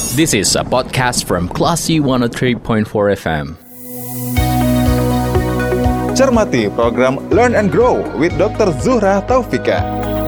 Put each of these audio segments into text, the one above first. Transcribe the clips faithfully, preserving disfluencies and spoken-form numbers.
This is a podcast from Classy one oh three point four F M. Cermati program Learn and Grow with dokter Zuhra Taufika.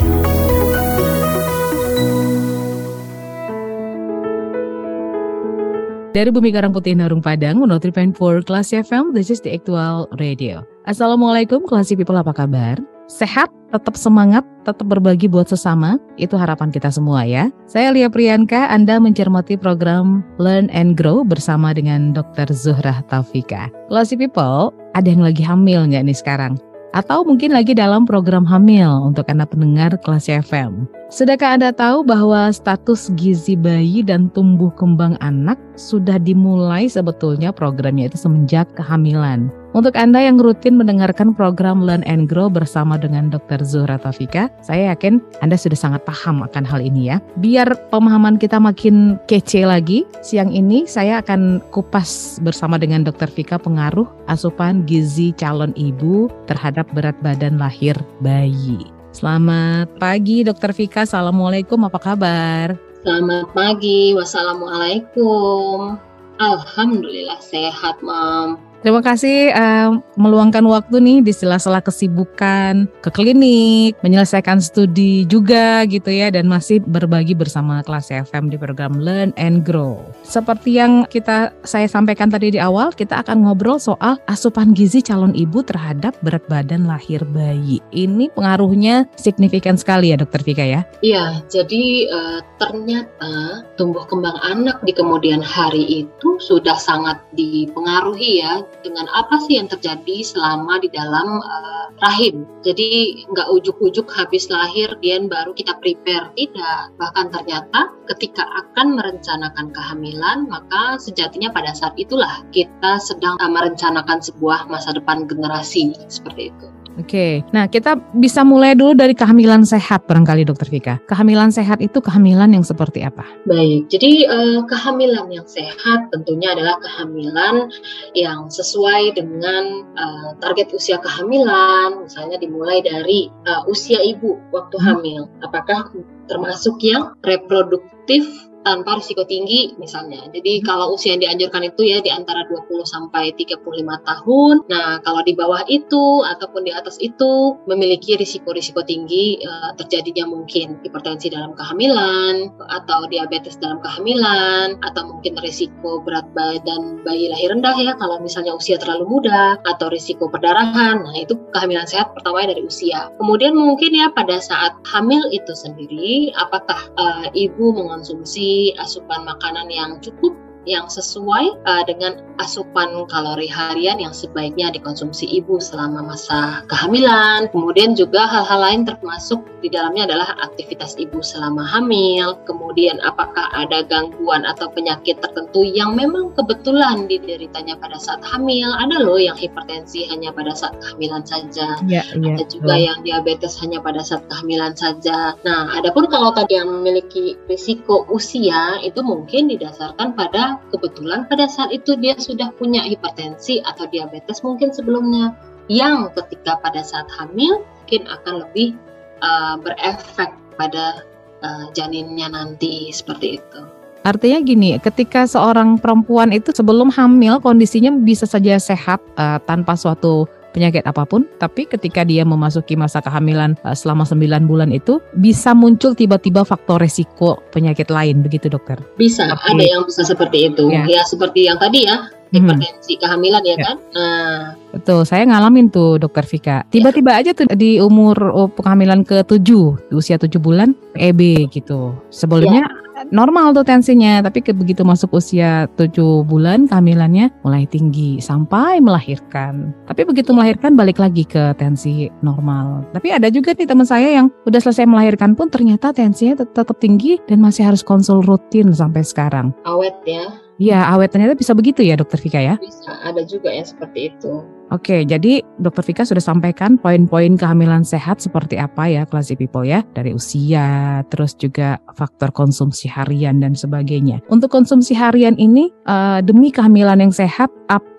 Dari Bumi Karang Putih Narung Padang, one oh three point four Classy F M, this is the actual radio. Assalamualaikum Classy People, apa kabar? Sehat, tetap semangat, tetap berbagi buat sesama, itu harapan kita semua ya. Saya Lia Priyanka, Anda mencermati program Learn and Grow bersama dengan dokter Zuhra Taufika. Classy People, ada yang lagi hamil nggak nih sekarang? Atau mungkin lagi dalam program hamil untuk Anda pendengar Classy F M. Sudahkah Anda tahu bahwa status gizi bayi dan tumbuh kembang anak sudah dimulai sebetulnya programnya itu semenjak kehamilan? Untuk Anda yang rutin mendengarkan program Learn and Grow bersama dengan dokter Zuhra Taufika, saya yakin Anda sudah sangat paham akan hal ini ya. Biar pemahaman kita makin kece lagi, siang ini saya akan kupas bersama dengan dokter Vika pengaruh asupan gizi calon ibu terhadap berat badan lahir bayi. Selamat pagi dokter Vika, Assalamualaikum, apa kabar? Selamat pagi, wassalamualaikum. Alhamdulillah sehat, Mam. Terima kasih uh, meluangkan waktu nih di sela-sela kesibukan ke klinik, menyelesaikan studi juga gitu ya, dan masih berbagi bersama Classy F M di program Learn and Grow. Seperti yang kita saya sampaikan tadi di awal, kita akan ngobrol soal asupan gizi calon ibu terhadap berat badan lahir bayi. Ini pengaruhnya signifikan sekali ya dokter Vika ya? Iya, jadi uh, ternyata tumbuh kembang anak di kemudian hari itu sudah sangat dipengaruhi ya dengan apa sih yang terjadi selama di dalam uh, rahim. Jadi nggak ujuk-ujuk habis lahir dan baru kita prepare, tidak. Bahkan ternyata ketika akan merencanakan kehamilan, maka sejatinya pada saat itulah kita sedang uh, merencanakan sebuah masa depan generasi, seperti itu. Oke, nah kita bisa mulai dulu dari kehamilan sehat barangkali dokter Vika. Kehamilan sehat itu kehamilan yang seperti apa? Baik, jadi uh, kehamilan yang sehat tentunya adalah kehamilan yang sesuai dengan uh, target usia kehamilan, misalnya dimulai dari uh, usia ibu waktu hmm. hamil. Apakah termasuk yang reproduktif tanpa risiko tinggi misalnya. Jadi kalau usia yang dianjurkan itu ya di antara dua puluh sampai tiga puluh lima tahun. Nah, kalau di bawah itu ataupun di atas itu memiliki risiko-risiko tinggi uh, terjadinya mungkin hipertensi dalam kehamilan atau diabetes dalam kehamilan atau mungkin risiko berat badan bayi lahir rendah ya kalau misalnya usia terlalu muda atau risiko perdarahan. Nah, itu kehamilan sehat pertama dari usia. Kemudian mungkin ya pada saat hamil itu sendiri apakah uh, ibu mengonsumsi asupan makanan yang cukup, yang sesuai uh, dengan asupan kalori harian yang sebaiknya dikonsumsi ibu selama masa kehamilan. Kemudian juga hal-hal lain termasuk di dalamnya adalah aktivitas ibu selama hamil. Kemudian apakah ada gangguan atau penyakit tertentu yang memang kebetulan dideritanya pada saat hamil. Ada loh yang hipertensi hanya pada saat kehamilan saja. Ya, ya, ada juga ya. Yang diabetes hanya pada saat kehamilan saja. Nah, adapun kalau tadi yang memiliki risiko usia itu mungkin didasarkan pada kebetulan pada saat itu dia sudah punya hipertensi atau diabetes mungkin sebelumnya yang ketika pada saat hamil mungkin akan lebih uh, berefek pada uh, janinnya nanti seperti itu. Artinya gini, ketika seorang perempuan itu sebelum hamil kondisinya bisa saja sehat uh, tanpa suatu penyakit apapun, tapi ketika dia memasuki masa kehamilan uh, selama sembilan bulan itu bisa muncul tiba-tiba faktor resiko penyakit lain, begitu dokter? Bisa, seperti, ada yang bisa seperti itu. Ya, ya seperti yang tadi ya, hipertensi hmm. kehamilan ya, ya kan? Nah, betul, saya ngalamin tuh dokter Vika. Tiba-tiba ya. aja tuh di umur oh, kehamilan ke tujuh, di usia tujuh bulan E B gitu. Sebelumnya ya. Normal tuh tensinya, tapi begitu masuk usia tujuh bulan kehamilannya mulai tinggi sampai melahirkan. Tapi begitu melahirkan balik lagi ke tensi normal. Tapi ada juga nih teman saya yang udah selesai melahirkan pun ternyata tensinya tetap tinggi dan masih harus konsul rutin sampai sekarang. Awet ya. Iya, awet ternyata bisa begitu ya dokter Vika ya? Bisa, ada juga yang seperti itu. Oke, jadi dokter Vika sudah sampaikan poin-poin kehamilan sehat seperti apa ya Classy People ya. Dari usia, terus juga faktor konsumsi harian dan sebagainya. Untuk konsumsi harian ini, uh, demi kehamilan yang sehat, apa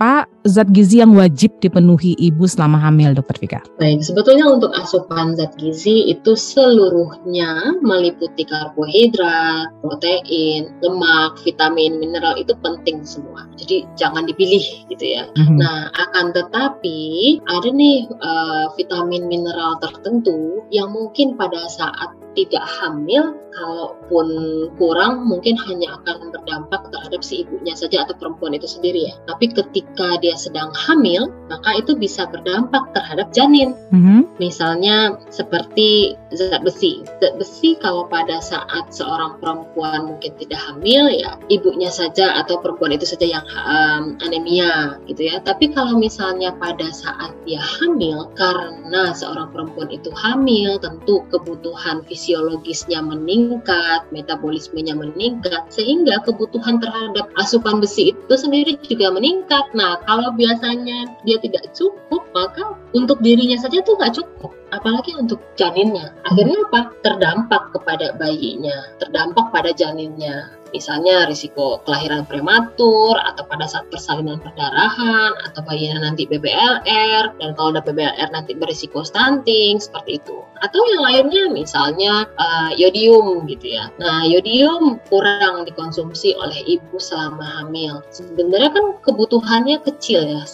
zat gizi yang wajib dipenuhi ibu selama hamil, Dokter Vika? Baik, sebetulnya untuk asupan zat gizi itu seluruhnya meliputi karbohidrat, protein, lemak, vitamin, mineral, itu penting semua. Jadi jangan dipilih gitu ya. Mm-hmm. Nah, akan tetapi ada nih uh, vitamin mineral tertentu yang mungkin pada saat tidak hamil, kalaupun kurang mungkin hanya akan berdampak terhadap si ibunya saja atau perempuan itu sendiri ya. Tapi ketika dia sedang hamil, maka itu bisa berdampak terhadap janin. Mm-hmm. Misalnya seperti zat besi. Zat besi kalau pada saat seorang perempuan mungkin tidak hamil ya, ibunya saja atau perempuan itu saja yang um, anemia gitu ya. Tapi kalau misalnya pada saat dia hamil, karena seorang perempuan itu hamil, tentu kebutuhan fisiologisnya meningkat, metabolismenya meningkat, sehingga kebutuhan terhadap asupan besi itu sendiri juga meningkat. Nah, kalau biasanya dia tidak cukup, maka untuk dirinya saja tuh nggak cukup, apalagi untuk janinnya. Akhirnya apa? Terdampak kepada bayinya, terdampak pada janinnya. Misalnya risiko kelahiran prematur, atau pada saat persalinan perdarahan, atau bayinya nanti B B L R, dan kalau udah B B L R nanti berisiko stunting, seperti itu. Atau yang lainnya misalnya uh, yodium gitu ya. Nah, yodium kurang dikonsumsi oleh ibu selama hamil. Sebenarnya kan kebutuhannya kecil ya,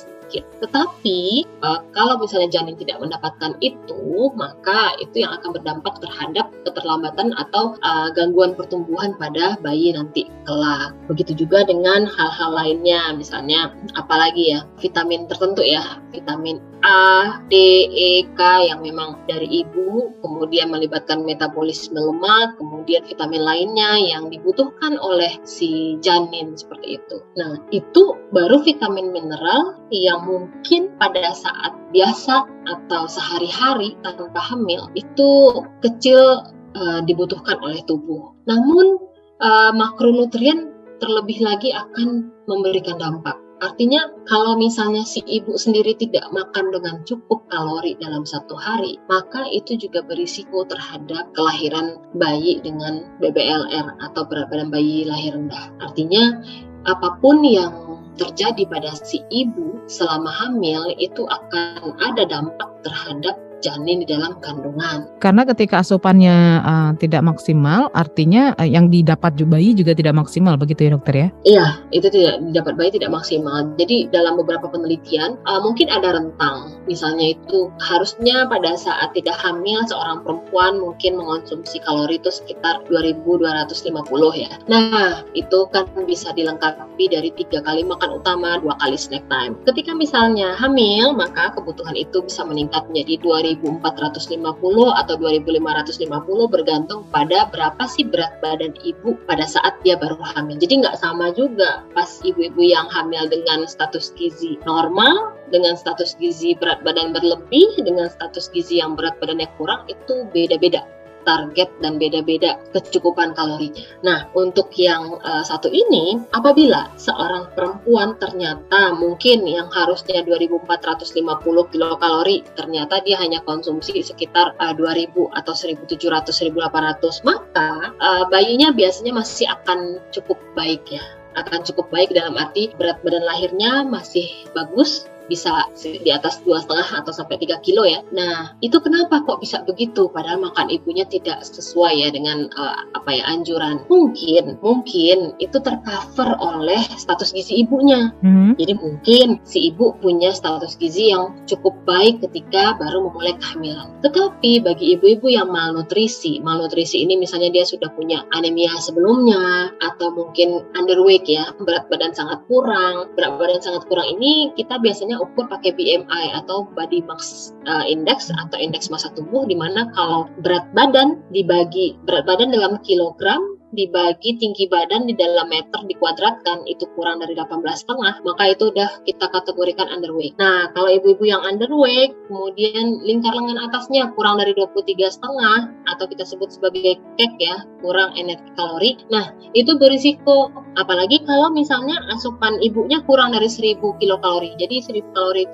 tetapi uh, kalau misalnya janin tidak mendapatkan itu, maka itu yang akan berdampak terhadap keterlambatan atau uh, gangguan pertumbuhan pada bayi nanti kelak. Begitu juga dengan hal-hal lainnya, misalnya apalagi ya, vitamin tertentu ya, vitamin A, D, E, K yang memang dari ibu, kemudian melibatkan metabolisme lemak, kemudian vitamin lainnya yang dibutuhkan oleh si janin, seperti itu. Nah, itu baru vitamin mineral yang mungkin pada saat biasa atau sehari-hari tanpa hamil itu kecil uh, dibutuhkan oleh tubuh. Namun uh, makronutrien terlebih lagi akan memberikan dampak. Artinya kalau misalnya si ibu sendiri tidak makan dengan cukup kalori dalam satu hari, maka itu juga berisiko terhadap kelahiran bayi dengan B B L R atau berat badan bayi lahir rendah. Artinya apapun yang terjadi pada si ibu selama hamil itu akan ada dampak terhadap janin di dalam kandungan. Karena ketika asupannya uh, tidak maksimal, artinya uh, yang didapat bayi juga tidak maksimal, begitu ya dokter ya? Iya, itu tidak didapat bayi tidak maksimal. Jadi dalam beberapa penelitian uh, mungkin ada rentang. Misalnya itu harusnya pada saat tidak hamil seorang perempuan mungkin mengonsumsi kalori itu sekitar dua ribu dua ratus lima puluh ya. Nah, itu kan bisa dilengkapi dari tiga kali makan utama, dua kali snack time. Ketika misalnya hamil, maka kebutuhan itu bisa meningkat menjadi dua ribu empat ratus lima puluh atau dua ribu lima ratus lima puluh bergantung pada berapa sih berat badan ibu pada saat dia baru hamil. Jadi nggak sama juga pas ibu-ibu yang hamil dengan status gizi normal, dengan status gizi berat badan berlebih, dengan status gizi yang berat badannya kurang, itu beda-beda target dan beda-beda kecukupan kalorinya. Nah, untuk yang uh, satu ini, apabila seorang perempuan ternyata mungkin yang harusnya dua ribu empat ratus lima puluh kilokalori, ternyata dia hanya konsumsi sekitar uh, dua ribu atau seribu tujuh ratus sampai seribu delapan ratus, maka uh, bayinya biasanya masih akan cukup baik ya. Akan cukup baik dalam arti berat badan lahirnya masih bagus, bisa di atas dua setengah atau sampai tiga kilo ya. Nah, itu kenapa kok bisa begitu? Padahal makan ibunya tidak sesuai ya dengan uh, apa ya anjuran. Mungkin, mungkin itu tercover oleh status gizi ibunya. Hmm. Jadi mungkin si ibu punya status gizi yang cukup baik ketika baru memulai kehamilan. Tetapi bagi ibu-ibu yang malnutrisi, malnutrisi ini misalnya dia sudah punya anemia sebelumnya atau mungkin underweight ya, berat badan sangat kurang. Berat badan sangat kurang ini kita biasanya ukur pakai B M I atau body mass uh, index atau indeks massa tubuh, di mana kalau berat badan dibagi berat badan dalam kilogram dibagi tinggi badan di dalam meter dikuadratkan itu kurang dari delapan belas koma lima, maka itu udah kita kategorikan underweight. Nah, kalau ibu-ibu yang underweight kemudian lingkar lengan atasnya kurang dari dua puluh tiga koma lima atau kita sebut sebagai kek ya, kurang energi kalori. Nah, itu berisiko, apalagi kalau misalnya asupan ibunya kurang dari seribu kilokalori. Jadi seribu kalori itu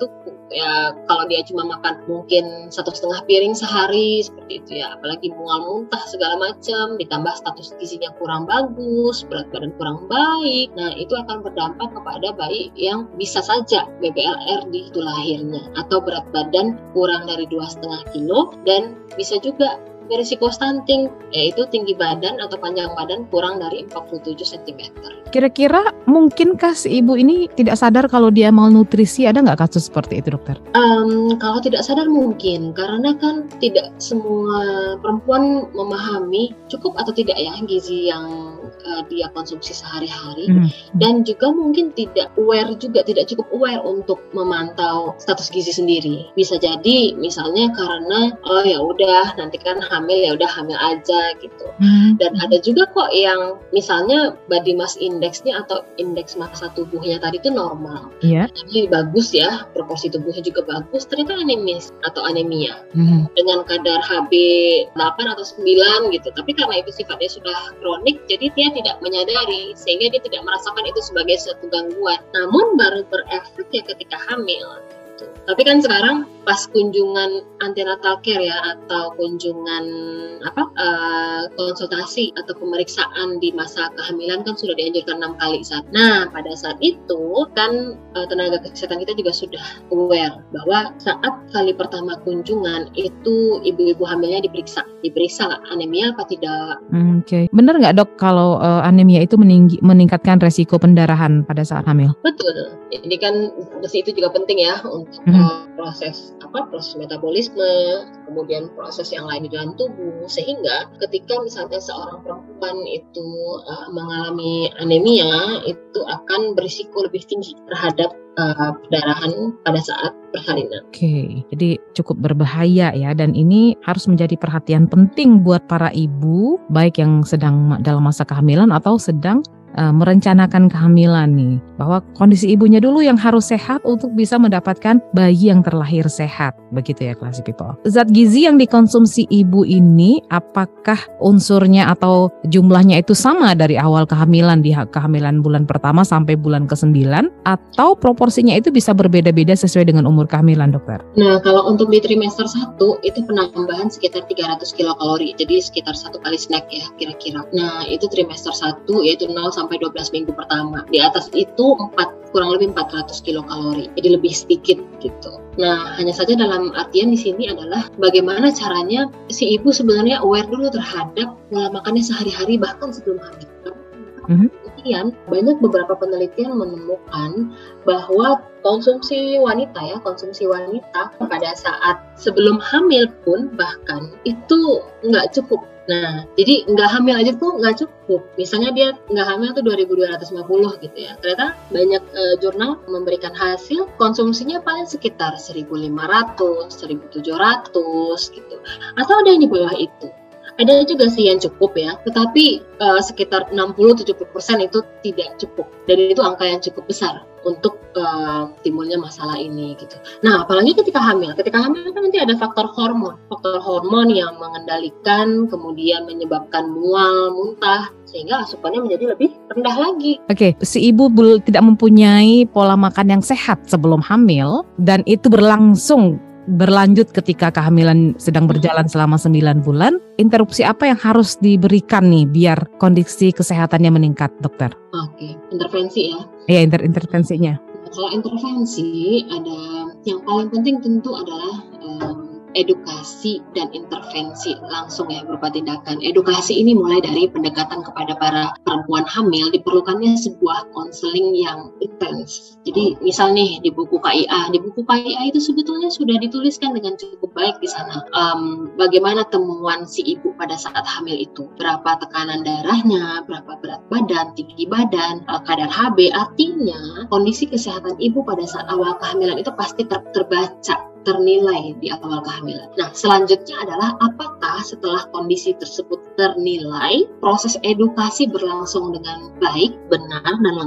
ya kalau dia cuma makan mungkin satu setengah piring sehari seperti itu ya, apalagi mual muntah segala macam, ditambah status gizinya kurang bagus, berat badan kurang baik, nah itu akan berdampak kepada bayi yang bisa saja B B L R di itu lahirnya, atau berat badan kurang dari dua setengah kilo, dan bisa juga berisiko stunting, yaitu tinggi badan atau panjang badan kurang dari empat puluh tujuh sentimeter. Kira-kira mungkinkah si ibu ini tidak sadar kalau dia malnutrisi? Ada nggak kasus seperti itu, dokter? Um, kalau tidak sadar mungkin, karena kan tidak semua perempuan memahami cukup atau tidak ya gizi yang uh, dia konsumsi sehari-hari, hmm. dan juga mungkin tidak aware juga, tidak cukup aware untuk memantau status gizi sendiri. Bisa jadi misalnya karena oh ya udah nanti kan hamil ya udah hamil aja gitu. Hmm. Dan ada juga kok yang misalnya body mass index-nya atau indeks massa tubuhnya tadi itu normal. Yeah. Jadi bagus ya, proporsi tubuhnya juga bagus, ternyata anemis atau anemia. Hmm. Dengan kadar H B delapan atau sembilan gitu. Tapi karena itu sifatnya sudah kronik, jadi dia tidak menyadari sehingga dia tidak merasakan itu sebagai suatu gangguan. Namun baru berefek ya ketika hamil. Tapi kan sekarang pas kunjungan antenatal care ya, atau kunjungan apa uh, konsultasi atau pemeriksaan di masa kehamilan kan sudah dianjurkan enam kali saat. Nah pada saat itu kan uh, tenaga kesehatan kita juga sudah aware bahwa saat kali pertama kunjungan itu ibu-ibu hamilnya diperiksa, diperiksa anemia apa tidak. Hmm, Oke, okay. Benar nggak dok kalau uh, anemia itu meninggi, meningkatkan resiko pendarahan pada saat hamil? Betul. Ini kan besi itu juga penting ya untuk hmm. uh, proses apa proses metabolisme, kemudian proses yang lain di dalam tubuh, sehingga ketika misalnya seorang perempuan itu uh, mengalami anemia itu akan berisiko lebih tinggi terhadap uh, pendarahan pada saat persalinan. Oke, okay. Jadi cukup berbahaya ya, dan ini harus menjadi perhatian penting buat para ibu baik yang sedang dalam masa kehamilan atau sedang Uh, merencanakan kehamilan nih, bahwa kondisi ibunya dulu yang harus sehat untuk bisa mendapatkan bayi yang terlahir sehat, begitu ya Classy People. Zat gizi yang dikonsumsi ibu ini apakah unsurnya atau jumlahnya itu sama dari awal kehamilan, di kehamilan bulan pertama sampai bulan kesembilan, atau proporsinya itu bisa berbeda-beda sesuai dengan umur kehamilan, dokter? Nah kalau untuk di trimester satu itu penambahan sekitar tiga ratus kilokalori, jadi sekitar satu kali snack ya kira-kira. Nah itu trimester satu yaitu nol sampai dua belas minggu pertama. Di atas itu empat, kurang lebih empat ratus kilokalori. Jadi lebih sedikit gitu. Nah, hanya saja dalam artian di sini adalah bagaimana caranya si ibu sebenarnya aware dulu terhadap pola makannya sehari-hari bahkan sebelum hamil. Mm-hmm. Kemudian banyak beberapa penelitian menemukan bahwa konsumsi wanita ya, konsumsi wanita pada saat sebelum hamil pun bahkan itu nggak cukup. Nah, jadi nggak hamil aja tuh nggak cukup. Misalnya dia nggak hamil tuh dua ribu dua ratus lima puluh gitu ya. Ternyata banyak uh, jurnal memberikan hasil konsumsinya paling sekitar seribu lima ratus, seribu tujuh ratus gitu. Atau ada yang di bawah itu. Ada juga sih yang cukup ya, tetapi uh, sekitar enam puluh sampai tujuh puluh persen itu tidak cukup. Dan itu angka yang cukup besar untuk uh, timbulnya masalah ini gitu. Nah, apalagi ketika hamil. Ketika hamil kan nanti ada faktor hormon. Faktor hormon yang mengendalikan, kemudian menyebabkan mual, muntah, sehingga asupannya menjadi lebih rendah lagi. Oke, okay, si ibu bul- tidak mempunyai pola makan yang sehat sebelum hamil, dan itu berlangsung berlanjut ketika kehamilan sedang berjalan selama sembilan bulan, interupsi apa yang harus diberikan nih biar kondisi kesehatannya meningkat, dokter? Oke, intervensi ya. Iya, inter- intervensinya. Kalau intervensi ada yang paling penting tentu adalah um, edukasi dan intervensi langsung ya berupa tindakan. Edukasi ini mulai dari pendekatan kepada para perempuan hamil, diperlukannya sebuah konseling yang intens. Jadi misal nih di buku K I A, di buku K I A itu sebetulnya sudah dituliskan dengan cukup baik di sana. Um, bagaimana temuan si ibu pada saat hamil itu, berapa tekanan darahnya, berapa berat badan, tinggi badan, uh, kadar H B, artinya kondisi kesehatan ibu pada saat awal kehamilan itu pasti ter- terbaca. ternilai di awal kehamilan. Nah, selanjutnya adalah apakah setelah kondisi tersebut ternilai, proses edukasi berlangsung dengan baik, benar, dan lengkap,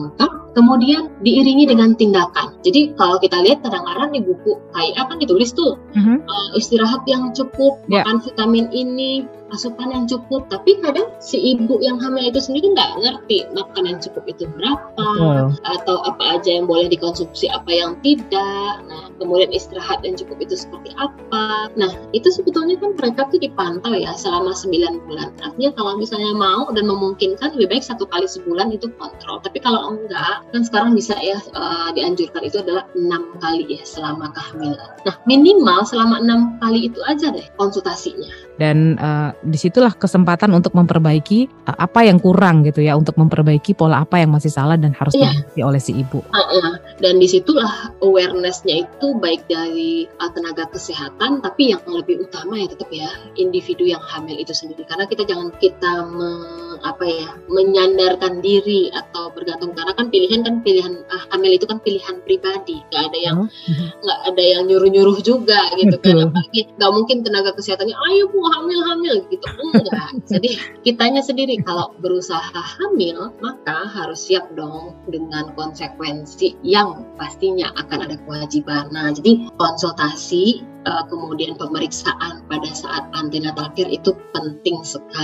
kemudian diiringi dengan tindakan. Jadi kalau kita lihat kadang-kadang di buku K I A kan ditulis tuh mm-hmm. uh, istirahat yang cukup, yeah. makan vitamin ini, asupan yang cukup, tapi kadang si ibu yang hamil itu sendiri nggak ngerti makan yang cukup itu berapa, wow. atau apa aja yang boleh dikonsumsi, apa yang tidak. Nah, kemudian istirahat yang cukup itu seperti apa. Nah, itu sebetulnya kan mereka tuh dipantau ya selama sembilan bulan. Artinya kalau misalnya mau dan memungkinkan, lebih baik satu kali sebulan itu kontrol. Tapi kalau enggak, kan sekarang bisa ya uh, dianjurkan itu adalah enam kali ya selama kehamilan. Nah, minimal selama enam kali itu aja deh konsultasinya. Dan uh, disitulah kesempatan untuk memperbaiki uh, apa yang kurang gitu ya, untuk memperbaiki pola apa yang masih salah dan harus yeah. diganti oleh si ibu. Uh-uh. Dan disitulah awareness-nya itu baik dari uh, tenaga kesehatan, tapi yang lebih utama ya tetap ya individu yang hamil itu sendiri. Karena kita jangan kita me, apa ya menyandarkan diri atau bergantung, karena kan pilihan kan pilihan uh, hamil itu kan pilihan pribadi, nggak ada yang nggak oh. ada yang nyuruh-nyuruh juga gitu kan. Apalagi nggak mungkin tenaga kesehatannya ayo bu hamil-hamil gitu, enggak. Jadi kitanya sendiri kalau berusaha hamil maka harus siap dong dengan konsekuensi yang pastinya akan ada kewajiban. Nah, jadi konsultasi uh, kemudian pemeriksaan pada saat antenatal care itu penting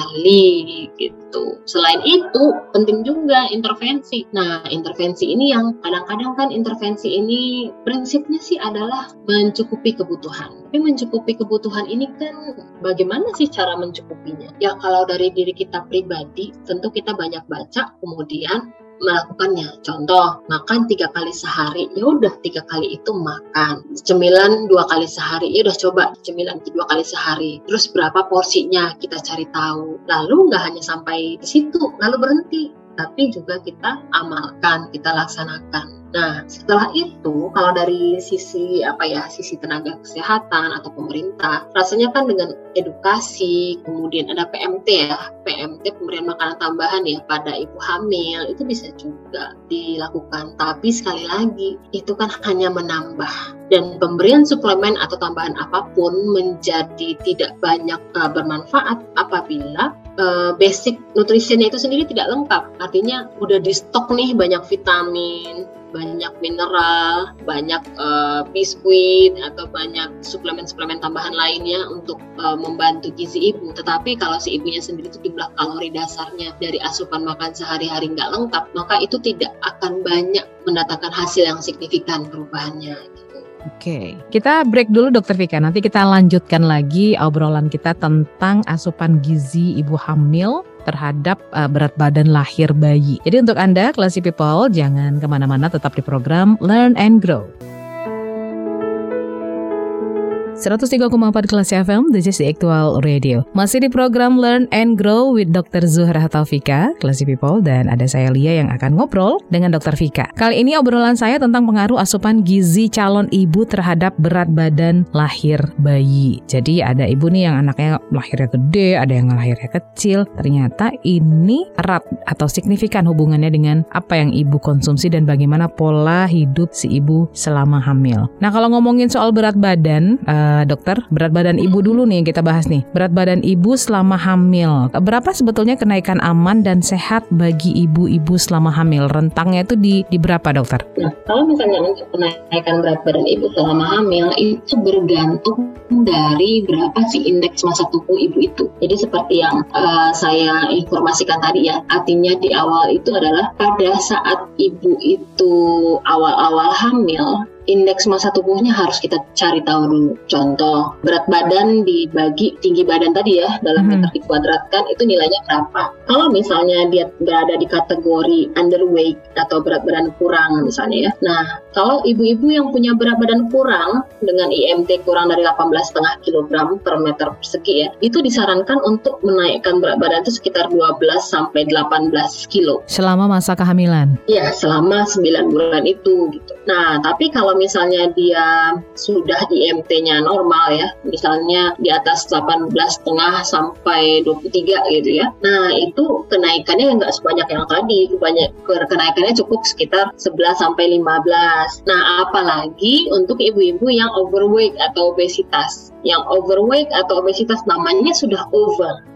sekali gitu. Selain itu penting juga intervensi. Nah, intervensi ini yang kadang-kadang kan intervensi ini prinsipnya sih adalah mencukupi kebutuhan. Tapi mencukupi kebutuhan ini kan bagaimana sih cara mencukupinya? Ya kalau dari diri kita pribadi tentu kita banyak baca kemudian melakukannya. Contoh, makan tiga kali sehari, ya udah tiga kali itu makan. Cemilan dua kali sehari, ya udah coba cemilan dua kali sehari. Terus berapa porsinya kita cari tahu. Lalu nggak hanya sampai di situ, lalu berhenti, tapi juga kita amalkan, kita laksanakan. Nah, setelah itu kalau dari sisi apa ya, sisi tenaga kesehatan atau pemerintah, rasanya kan dengan edukasi, kemudian ada P M T ya, P M T pemberian makanan tambahan ya pada ibu hamil, itu bisa juga dilakukan. Tapi sekali lagi, itu kan hanya menambah. Dan pemberian suplemen atau tambahan apapun menjadi tidak banyak uh, bermanfaat apabila uh, basic nutritionnya itu sendiri tidak lengkap. Artinya udah di stok nih banyak vitamin, banyak mineral, banyak uh, biskuit atau banyak suplemen-suplemen tambahan lainnya untuk uh, membantu gizi ibu. Tetapi kalau si ibunya sendiri itu jumlah kalori dasarnya dari asupan makan sehari-hari nggak lengkap, maka itu tidak akan banyak mendatangkan hasil yang signifikan perubahannya. Oke, kita break dulu Dokter Vika. Nanti kita lanjutkan lagi obrolan kita tentang asupan gizi ibu hamil terhadap uh, berat badan lahir bayi. Jadi untuk Anda, Classy People, jangan kemana-mana, tetap di program Learn and Grow. seratus tiga koma empat Classy F M, this is the Actual Radio. Masih di program Learn and Grow with Dokter Zuhra Taufika, Classy People, dan ada saya Lia yang akan ngobrol dengan Dokter Vika. Kali ini obrolan saya tentang pengaruh asupan gizi calon ibu terhadap berat badan lahir bayi. Jadi ada ibu nih yang anaknya lahirnya gede, ada yang lahirnya kecil. Ternyata ini erat atau signifikan hubungannya dengan apa yang ibu konsumsi dan bagaimana pola hidup si ibu selama hamil. Nah, kalau ngomongin soal berat badan, uh, Uh, dokter, berat badan ibu dulu nih yang kita bahas nih. Berat badan ibu selama hamil. Berapa sebetulnya kenaikan aman dan sehat bagi ibu-ibu selama hamil? Rentangnya itu di, di berapa, dokter? Nah, kalau misalnya untuk kenaikan berat badan ibu selama hamil itu bergantung dari berapa sih indeks massa tubuh ibu itu. Jadi seperti yang uh, saya informasikan tadi ya, artinya di awal itu adalah pada saat ibu itu awal-awal hamil, indeks massa tubuhnya harus kita cari tahu dulu. Contoh, berat badan dibagi tinggi badan tadi ya, dalam meter hmm. dikuadratkan, itu nilainya berapa. Kalau misalnya dia berada di kategori underweight atau berat badan kurang misalnya ya. Nah, kalau ibu-ibu yang punya berat badan kurang dengan I M T kurang dari delapan belas koma lima kilogram per meter persegi ya, itu disarankan untuk menaikkan berat badan itu sekitar dua belas sampai delapan belas kilo. Selama masa kehamilan? Ya, selama sembilan bulan itu gitu. Nah, tapi kalau misalnya dia sudah I M T-nya normal ya, misalnya di atas delapan belas koma lima sampai dua puluh tiga gitu ya. Nah, itu kenaikannya nggak sebanyak yang tadi, banyak kenaikannya cukup sekitar sebelas sampai lima belas. Nah, apalagi untuk ibu-ibu yang overweight atau obesitas. Yang overweight atau obesitas namanya sudah over.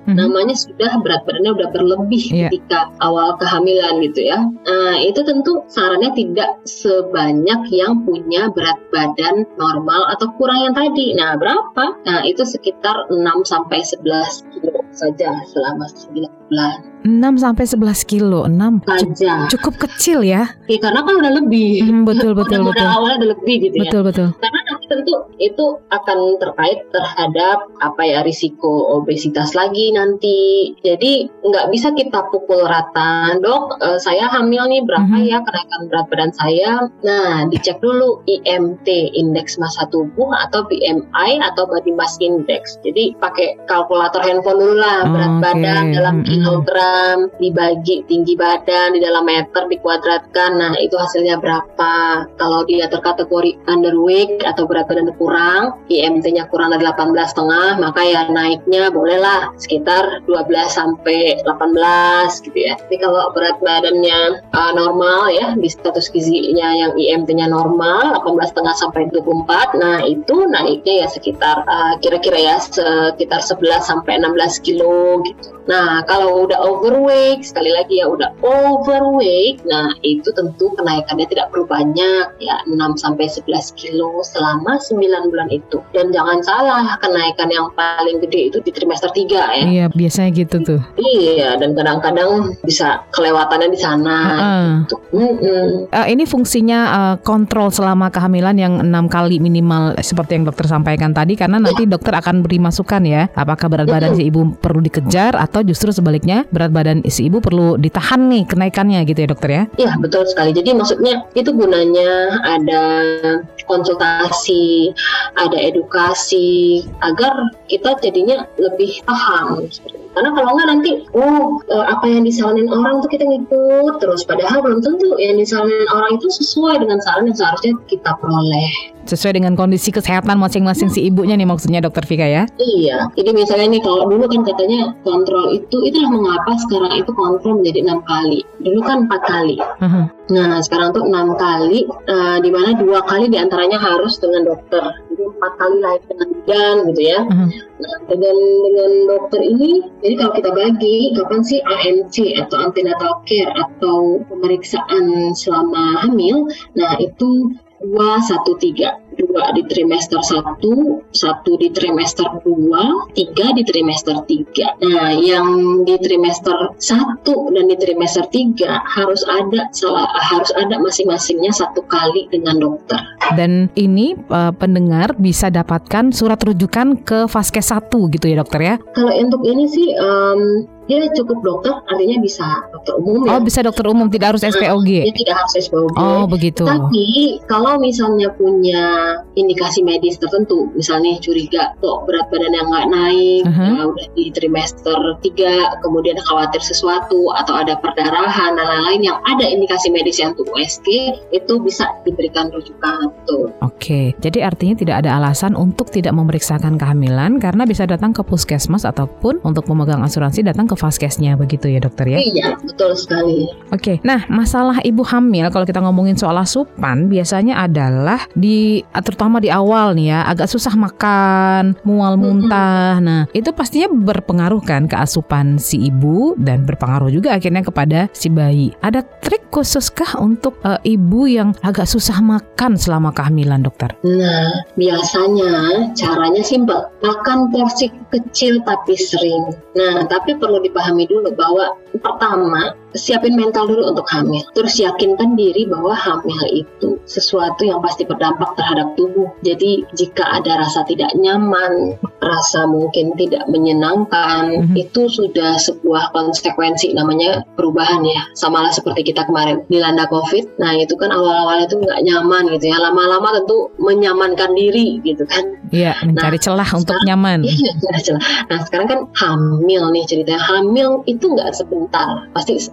Mm-hmm. namanya sudah berat badannya udah berlebih yeah. ketika awal kehamilan gitu ya. Nah itu tentu sarannya tidak sebanyak yang punya berat badan normal atau kurang yang tadi. Nah berapa? Nah itu sekitar enam sampai sebelas kilo saja selama sembilan bulan. enam sampai sebelas kilo, enam saja. Cukup kecil ya. Ya karena kan udah lebih. Hmm, betul betul udah, betul. Udah awalnya udah lebih gitu betul, ya. Betul betul. Karena nanti tentu itu akan terkait terhadap apa ya risiko obesitas lagi nanti. Jadi nggak bisa kita pukul rata, dok. Uh, saya hamil nih berapa mm-hmm. ya kenaikan berat badan saya? Nah dicek dulu I M T indeks massa tubuh atau B M I atau body mass index. Jadi pakai kalkulator handphone dulu lah berat oh, badan okay. dalam mm-hmm. kilogram dibagi tinggi badan di dalam meter dikuadratkan. Nah itu hasilnya berapa? Kalau dia terkategori underweight atau berat badan kurang, I M T-nya kurang dari delapan belas koma lima, maka ya naiknya bolehlah sekitar dua belas sampai delapan belas gitu ya. Tapi kalau berat badannya uh, normal ya, di status gizinya yang I M T-nya normal delapan belas koma lima sampai dua puluh empat, nah itu naiknya ya sekitar uh, kira-kira ya sekitar sebelas sampai enam belas kilo gitu. Nah kalau udah overweight, sekali lagi ya udah overweight, nah itu tentu kenaikannya tidak perlu banyak ya, enam sampai sebelas kilo selama sembilan bulan itu. Dan jangan salah, kenaikan yang paling gede itu di trimester tiga ya. Iya, biasanya gitu tuh. Iya, dan kadang-kadang bisa kelewatannya di sana. Uh-uh. Gitu. Uh, ini fungsinya uh, kontrol selama kehamilan yang enam kali minimal seperti yang dokter sampaikan tadi, karena nanti ya. dokter akan beri masukan ya, apakah berat badan si ibu perlu dikejar atau justru sebaliknya berat badan si ibu perlu ditahan nih kenaikannya gitu ya dokter ya? Iya, betul sekali. Jadi maksudnya itu gunanya ada konsultasi, ada edukasi agar kita jadinya lebih paham. Karena kalau enggak nanti, oh apa yang disaranin orang tuh kita ngikut terus, padahal belum tentu yang disaranin orang itu sesuai dengan saran yang seharusnya kita peroleh. Sesuai dengan kondisi kesehatan masing-masing si ibunya nih maksudnya dokter Vika ya? Iya, jadi misalnya nih kalau dulu kan katanya kontrol itu, itulah mengapa sekarang itu kontrol menjadi enam kali. Dulu kan empat kali. Uh-huh. Nah sekarang tuh enam kali, uh, di mana dua kali diantaranya harus dengan dokter. Jadi empat kali naik dengan bidan gitu ya. Uh-huh. Nah dengan dengan dokter ini, jadi kalau kita bagi kapan sih A M C atau antenatal care atau pemeriksaan selama hamil, nah itu dua, satu, tiga. Dua di trimester satu, satu di trimester dua, tiga di trimester tiga. Nah, yang di trimester satu dan di trimester tiga harus ada salah, harus ada masing-masingnya satu kali dengan dokter. Dan ini uh, pendengar bisa dapatkan surat rujukan ke Vaskes satu gitu ya dokter ya? Kalau untuk ini sih um, dia cukup dokter, artinya bisa dokter umum ya. Oh, bisa dokter umum, tidak harus S P O G? Dia tidak harus S P O G. Oh, begitu. Tapi kalau misalnya punya indikasi medis tertentu, misalnya curiga kok berat badan yang nggak naik, uh-huh. ya udah di trimester tiga, kemudian khawatir sesuatu atau ada perdarahan dan lain-lain yang ada indikasi medis yang untuk U S G, itu bisa diberikan rujukan tuh. Oke, okay. Jadi artinya tidak ada alasan untuk tidak memeriksakan kehamilan karena bisa datang ke puskesmas ataupun untuk memegang asuransi datang ke Vaskesnya begitu ya dokter ya? Iya, betul sekali. Oke, okay. Nah masalah ibu hamil kalau kita ngomongin soal asupan biasanya adalah di terutama di awal nih ya agak susah makan, mual muntah. Mm-hmm. Nah itu pastinya berpengaruh kan ke asupan si ibu dan berpengaruh juga akhirnya kepada si bayi. Ada trik khususkah untuk uh, ibu yang agak susah makan selama kehamilan dokter? Nah biasanya caranya simpel, makan porsi kecil tapi sering. Nah tapi perlu dipahami dulu bahwa pertama siapin mental dulu untuk hamil, terus yakinkan diri bahwa hamil itu sesuatu yang pasti berdampak terhadap tubuh. Jadi jika ada rasa tidak nyaman, rasa mungkin tidak menyenangkan, mm-hmm. itu sudah sebuah konsekuensi, namanya perubahan ya. Samalah seperti kita kemarin dilanda COVID, nah itu kan awal-awalnya itu nggak nyaman gitu ya, lama-lama tentu menyamankan diri gitu kan. Iya, mencari nah, celah untuk sekarang, nyaman. Iya, mencari celah. Nah sekarang kan hamil nih ceritanya, hamil itu nggak sebentar, pasti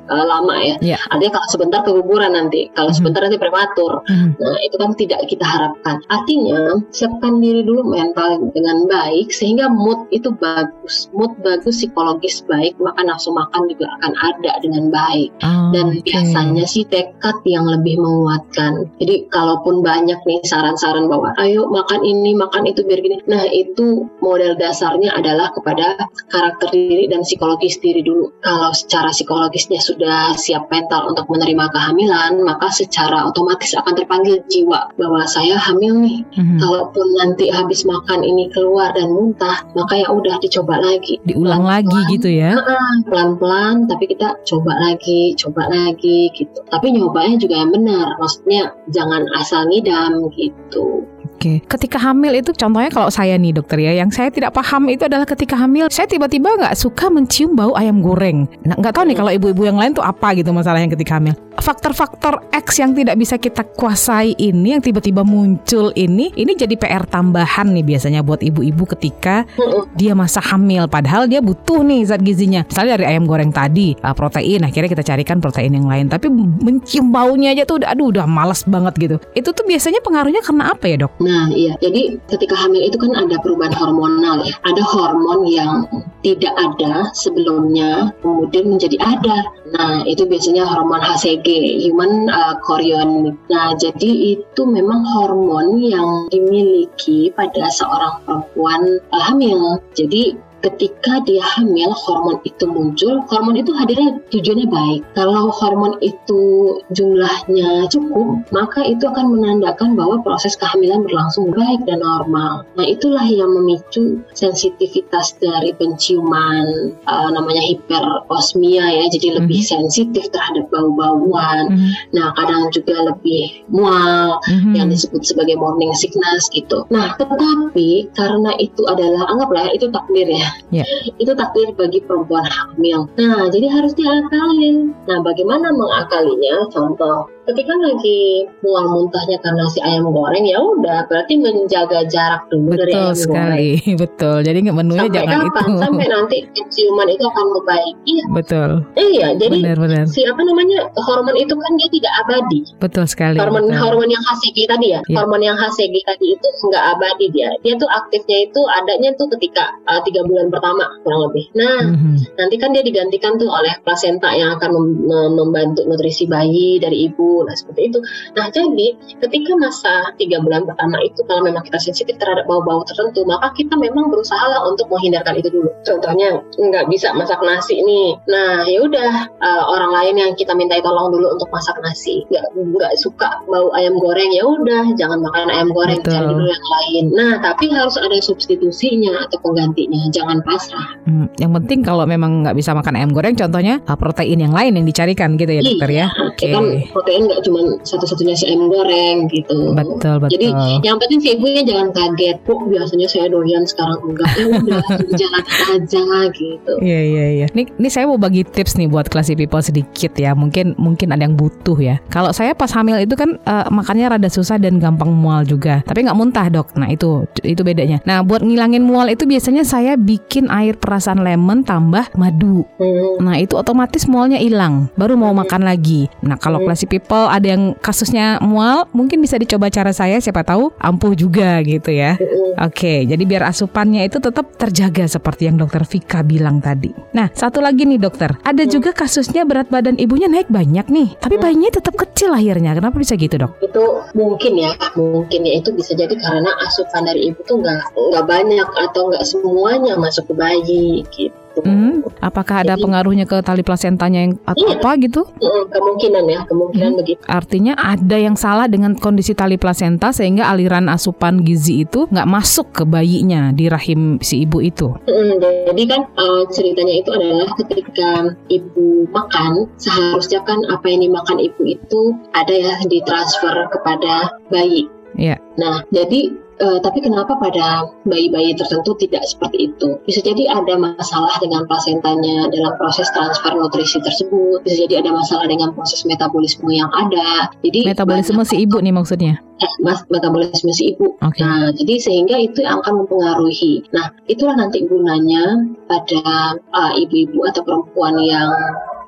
uh, lama ya. Yeah. Artinya kalau sebentar keguguran nanti, kalau Mm-hmm. sebentar nanti prematur. Mm-hmm. Nah itu kan tidak kita harapkan. Artinya siapkan diri dulu mental dengan baik sehingga mood itu bagus, mood bagus, psikologis baik, maka nafsu makan juga akan ada dengan baik. Oh, Dan okay. biasanya sih tekad yang lebih menguatkan. Jadi kalaupun banyak nih saran-saran bahwa ayo makan ini, makan itu biar gini. Nah itu model dasarnya adalah kepada karakter diri dan psikologis diri dulu. Kalau secara psikologisnya sudah siap mental untuk menerima kehamilan, maka secara otomatis akan terpanggil jiwa bahwa saya hamil nih. Mm-hmm. Kalaupun nanti habis makan ini keluar dan muntah, maka ya udah dicoba lagi. Diulang Pelan-pelan, lagi gitu ya. Pelan-pelan, tapi kita coba lagi, coba lagi gitu. Tapi nyobanya juga yang benar, maksudnya jangan asal ngidam gitu. Oke, ketika hamil itu contohnya kalau saya nih dokter ya, yang saya tidak paham itu adalah ketika hamil saya tiba-tiba nggak suka mencium bau ayam goreng. Nah, nggak tahu nih kalau ibu-ibu yang lain tuh apa gitu masalah yang ketika hamil. Faktor-faktor X yang tidak bisa kita kuasai ini, yang tiba-tiba muncul ini, ini jadi P R tambahan nih biasanya buat ibu-ibu ketika dia masa hamil. Padahal dia butuh nih zat gizinya. Misalnya dari ayam goreng tadi, protein, akhirnya kita carikan protein yang lain. Tapi mencium baunya aja tuh udah, aduh udah malas banget gitu. Itu tuh biasanya pengaruhnya karena apa ya dok? Nah iya, jadi ketika hamil itu kan ada perubahan hormonal ya. Ada hormon yang tidak ada sebelumnya, kemudian menjadi ada. Nah itu biasanya hormon H C G, Human uh, Chorionic. Nah jadi itu memang hormon yang dimiliki pada seorang perempuan uh, hamil. Jadi ketika dia hamil, hormon itu muncul. Hormon itu hadirnya tujuannya baik. Kalau hormon itu jumlahnya cukup, maka itu akan menandakan bahwa proses kehamilan berlangsung baik dan normal. Nah itulah yang memicu sensitivitas dari penciuman, uh, namanya hiperosmia ya, jadi lebih mm-hmm. sensitif terhadap bau-bauan. Mm-hmm. Nah kadang juga lebih mual, mm-hmm. yang disebut sebagai morning sickness gitu. Nah tetapi karena itu adalah, anggaplah itu takdir ya, Yeah. itu takdir bagi perempuan hamil. Nah, jadi harus diakalin. Nah, bagaimana mengakalinya? Contoh, ketika lagi mual muntahnya karena si ayam goreng, ya udah berarti menjaga jarak dulu betul dari ayam sekali. goreng. Betul. Jadi menunya sampai jangan kapan? itu. Sampai nanti penciuman itu akan membaik. Iya. Betul. Iya, jadi benar-benar. si apa namanya hormon itu kan dia tidak abadi. Betul sekali. Hormon betul. hormon yang H C G tadi ya, yeah. hormon yang H C G tadi itu nggak abadi dia. Dia tuh aktifnya itu adanya tuh ketika uh, tiga bulan pertama kurang lebih. Nah, mm-hmm. nanti kan dia digantikan tuh oleh plasenta yang akan mem- membantu nutrisi bayi dari ibu. Nah seperti itu. Nah jadi ketika masa tiga bulan pertama itu kalau memang kita sensitif terhadap bau-bau tertentu, maka kita memang berusaha lah untuk menghindarkan itu dulu. Contohnya nggak bisa masak nasi nih. Nah ya udah uh, orang lain yang kita mintai tolong dulu untuk masak nasi. Nggak nggak suka bau ayam goreng, ya udah jangan makan ayam goreng, betul. cari dulu yang lain. Nah tapi harus ada substitusinya atau penggantinya, jangan pasrah. Hmm, yang penting kalau memang nggak bisa makan ayam goreng, contohnya protein yang lain yang dicarikan gitu ya dokter ya. Oke. Okay. Kan protein nggak cuma satu-satunya si ayam goreng gitu. Betul betul. Jadi yang penting si ibunya jangan kaget. Kok biasanya saya doyan sekarang enggak? Ya udah jalan aja gitu. Iya iya iya. Nih, nih saya mau bagi tips nih buat classy people sedikit ya. Mungkin mungkin ada yang butuh ya. Kalau saya pas hamil itu kan uh, makannya rada susah dan gampang mual juga. Tapi nggak muntah dok. Nah itu itu bedanya. Nah buat ngilangin mual itu biasanya saya bikin air perasan lemon tambah madu. Hmm. Nah itu otomatis mualnya hilang. Baru mau hmm. makan lagi. Nah kalau hmm. classy people ada yang kasusnya mual, mungkin bisa dicoba cara saya. Siapa tahu ampuh juga gitu ya. Hmm. Oke, jadi biar asupannya itu tetap terjaga seperti yang dokter Vika bilang tadi. Nah satu lagi nih dokter, ada hmm. juga kasusnya berat badan ibunya naik banyak nih, tapi hmm. bayinya tetap kecil lahirnya. Kenapa bisa gitu dok? Itu mungkin ya, mungkin ya itu bisa jadi karena asupan dari ibu tuh nggak nggak banyak atau nggak semuanya masuk ke bayi gitu. Hmm, apakah ada Jadi, pengaruhnya ke tali plasentanya yang atau iya, apa gitu? Kemungkinan ya, kemungkinan hmm. begitu. Artinya ada yang salah dengan kondisi tali plasenta sehingga aliran asupan gizi itu nggak masuk ke bayinya di rahim si ibu itu. Hmm, jadi kan uh, ceritanya itu adalah ketika ibu makan, seharusnya kan apa yang dimakan ibu itu ada ya ditransfer kepada bayi. Iya. Nah, jadi Uh, tapi kenapa pada bayi-bayi tertentu tidak seperti itu? Bisa jadi ada masalah dengan plasentanya dalam proses transfer nutrisi tersebut. Bisa jadi ada masalah dengan proses metabolisme yang ada. Jadi metabolisme si ibu nih maksudnya? Eh, mas, metabolisme si ibu. Okay. Nah, jadi sehingga itu akan mempengaruhi. Nah, itulah nanti gunanya pada uh, ibu-ibu atau perempuan yang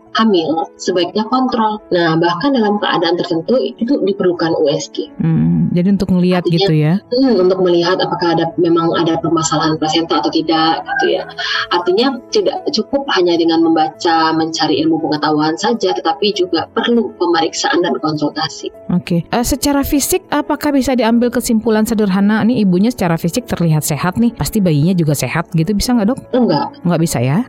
hamil sebaiknya kontrol. Nah, bahkan dalam keadaan tertentu itu diperlukan U S G. Hmm, jadi untuk melihat Artinya, gitu ya? Hmm, untuk melihat apakah ada memang ada permasalahan plasenta atau tidak, gitu ya. Artinya tidak cukup hanya dengan membaca, mencari ilmu pengetahuan saja, tetapi juga perlu pemeriksaan dan konsultasi. Oke, okay. uh, secara fisik apakah bisa diambil kesimpulan sederhana? Nih ibunya secara fisik terlihat sehat nih, pasti bayinya juga sehat gitu, bisa nggak dok? Enggak, nggak bisa ya?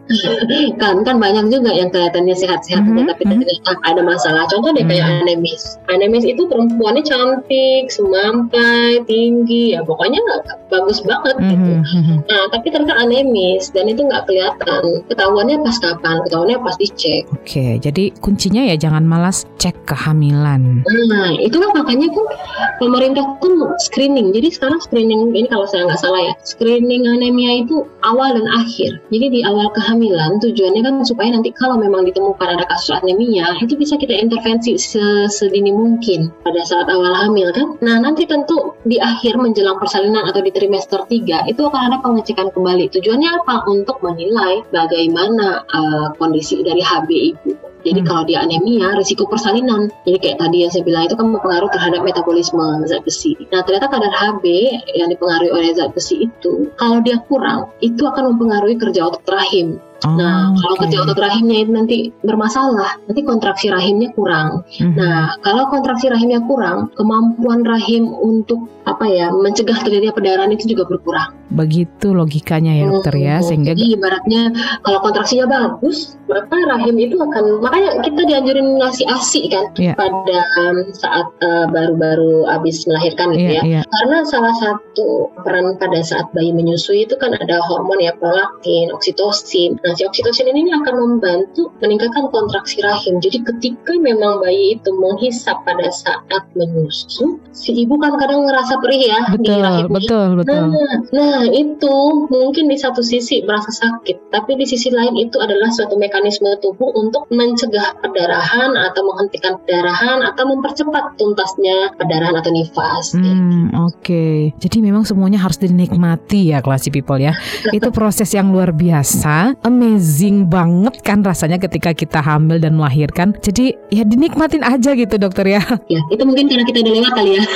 kan kan banyak juga yang kelihatannya sehat-sehat, mm-hmm. tapi ternyata ada masalah. Contoh deh kayak mm-hmm. anemis. Anemis itu perempuannya cantik, semampai, tinggi, ya pokoknya bagus banget mm-hmm. gitu. Nah, tapi ternyata anemis dan itu nggak kelihatan. Ketahuannya pas kapan? Ketahuannya pas dicek. Oke, okay, jadi kuncinya ya jangan malas cek kehamilan. Nah, itulah makanya kan pemerintah pun screening. Jadi sekarang screening ini kalau saya nggak salah ya, screening anemia itu awal dan akhir. Jadi di awal kehamilan tujuannya kan supaya nanti kalau memang ditemukan ada kasus anemia, itu bisa kita intervensi sedini mungkin pada saat awal hamil kan. Nah, nanti tentu di akhir menjelang persalinan atau di trimester tiga itu akan ada pengecekan kembali. Tujuannya apa? Untuk menilai bagaimana uh, kondisi dari H B ibu. Jadi hmm. kalau dia anemia, risiko persalinan. Jadi kayak tadi yang saya bilang itu kan mempengaruhi terhadap metabolisme zat besi. Nah, ternyata kadar H B yang dipengaruhi oleh zat besi itu, kalau dia kurang, itu akan mempengaruhi kerja otot rahim. Oh, nah, kalau okay. kerja otot rahimnya itu nanti bermasalah, nanti kontraksi rahimnya kurang. Mm-hmm. Nah, kalau kontraksi rahimnya kurang, kemampuan rahim untuk apa ya mencegah terjadinya perdarahan itu juga berkurang. Begitu logikanya ya dokter mm-hmm. ya, sehingga jadi ibaratnya kalau kontraksinya bagus, maka rahim itu akan, makanya kita dianjurin ngasih A S I kan yeah. pada um, saat uh, baru-baru habis melahirkan gitu yeah, ya. Yeah. Karena salah satu peran pada saat bayi menyusui itu kan ada hormon ya, prolaktin, oksitosin. Nah, si oksitosin ini akan membantu meningkatkan kontraksi rahim. Jadi ketika memang bayi itu menghisap pada saat menyusu, si ibu kan kadang ngerasa perih ya betul, di rahimnya. Betul, betul. Nah, nah, itu mungkin di satu sisi merasa sakit, tapi di sisi lain itu adalah suatu mekanisme tubuh untuk mencegah perdarahan atau menghentikan perdarahan atau mempercepat tuntasnya perdarahan atau nifas. Hmm, Oke, okay. Jadi memang semuanya harus dinikmati ya, Classy People ya. Itu proses yang luar biasa. Amazing banget kan rasanya ketika kita hamil dan melahirkan. Jadi ya dinikmatin aja gitu dokter ya. Ya itu mungkin karena kita udah lewat kali ya.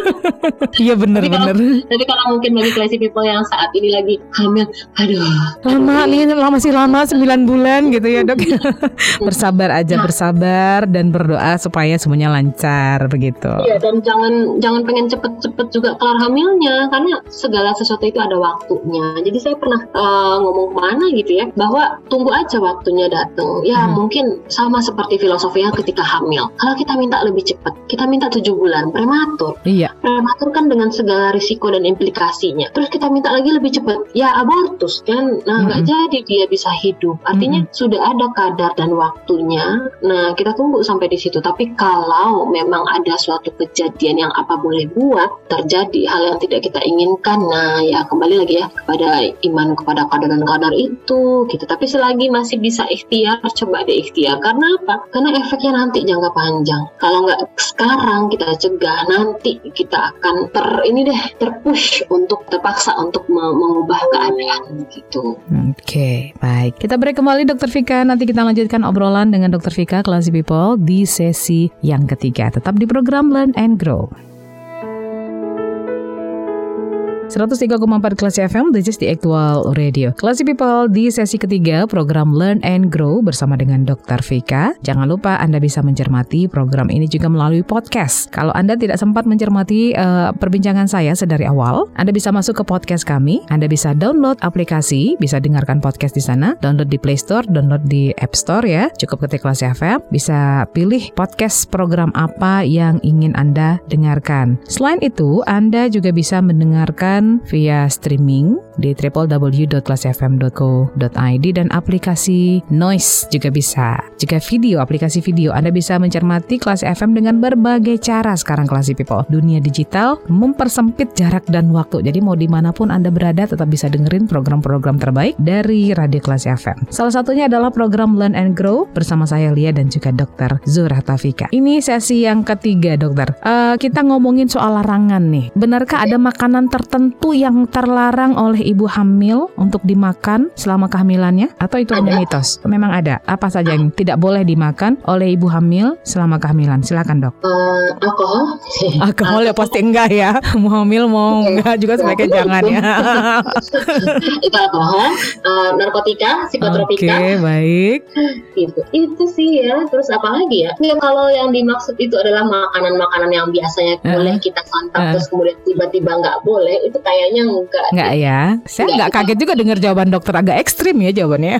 Iya benar-benar. Tapi, tapi kalau mungkin bagi Classy People yang saat ini lagi hamil, aduh. Lama nih, masih lama sembilan bulan gitu ya dok. Bersabar aja, nah. bersabar dan berdoa supaya semuanya lancar begitu. Iya, dan jangan jangan pengen cepet-cepet juga kelar hamilnya, karena segala sesuatu itu ada waktunya. Jadi saya pernah uh, ngomong kemana gitu ya, bahwa tunggu aja waktunya datang. Ya hmm. mungkin sama seperti filosofinya ketika hamil. Kalau kita minta lebih cepat, kita minta tujuh bulan, prematur. Iya. Prematur kan dengan segala risiko dan implikasinya. Terus kita minta lagi lebih cepat, ya abortus kan. Nah nggak hmm. jadi dia bisa hidup. Artinya hmm. sudah ada kadar dan waktunya. Nah kita tunggu sampai di situ. Tapi kalau memang ada suatu kejadian yang apa boleh buat terjadi hal yang tidak kita inginkan, nah ya kembali lagi ya kepada iman kepada kadar dan kadar itu. Gitu. Tapi selagi masih bisa ikhtiar, coba deh ikhtiar. Karena apa? Karena efeknya nanti jangka panjang. Kalau nggak sekarang kita cegah, nanti kita akan ter ini deh terpush untuk terpaksa untuk mengubah keadaan gitu. Oke, okay, baik. Kita break kembali Dokter Vika. Nanti kita lanjutkan obrolan dengan Dokter Vika Classy People di sesi yang ketiga. Tetap di program Learn and Grow. seratus tiga koma empat Classy F M, this is the Actual Radio. Classy People, di sesi ketiga program Learn and Grow bersama dengan Dokter Vika. Jangan lupa Anda bisa mencermati program ini juga melalui podcast. Kalau Anda tidak sempat mencermati uh, perbincangan saya sedari awal, Anda bisa masuk ke podcast kami. Anda bisa download aplikasi, bisa dengarkan podcast di sana. Download di Play Store, download di App Store ya. Cukup ketik Classy F M, bisa pilih podcast program apa yang ingin Anda dengarkan. Selain itu, Anda juga bisa mendengarkan via streaming di w w w dot classy f m dot co dot i d dan aplikasi Noise juga bisa. Juga video, aplikasi video, Anda bisa mencermati Classy F M dengan berbagai cara sekarang Classy People. Dunia digital mempersempit jarak dan waktu. Jadi mau dimanapun Anda berada tetap bisa dengerin program-program terbaik dari Radio Classy F M. Salah satunya adalah program Learn and Grow bersama saya Lia dan juga Dokter Zuhra Taufika. Ini sesi yang ketiga dokter. Uh, kita ngomongin soal larangan nih. Benarkah ada makanan tertentu yang terlarang oleh ibu hamil untuk dimakan selama kehamilannya atau itu hanya mitos? Memang ada. Apa saja yang tidak boleh dimakan oleh ibu hamil selama kehamilan? Silakan dok. Uh, alkohol. Alkohol ya pasti enggak ya. Mau hamil mau enggak juga sebaiknya jangan ya. Itu alkohol, uh, narkotika, psikotropika. Oke, okay, baik. Itu, itu sih ya. Terus apa lagi ya? Ya kalau yang dimaksud itu adalah makanan-makanan yang biasanya uh, boleh kita santap uh, terus kemudian tiba-tiba nggak boleh, itu kayaknya enggak. Enggak ya. Saya enggak kaget juga dengar jawaban dokter, agak ekstrim ya jawabannya.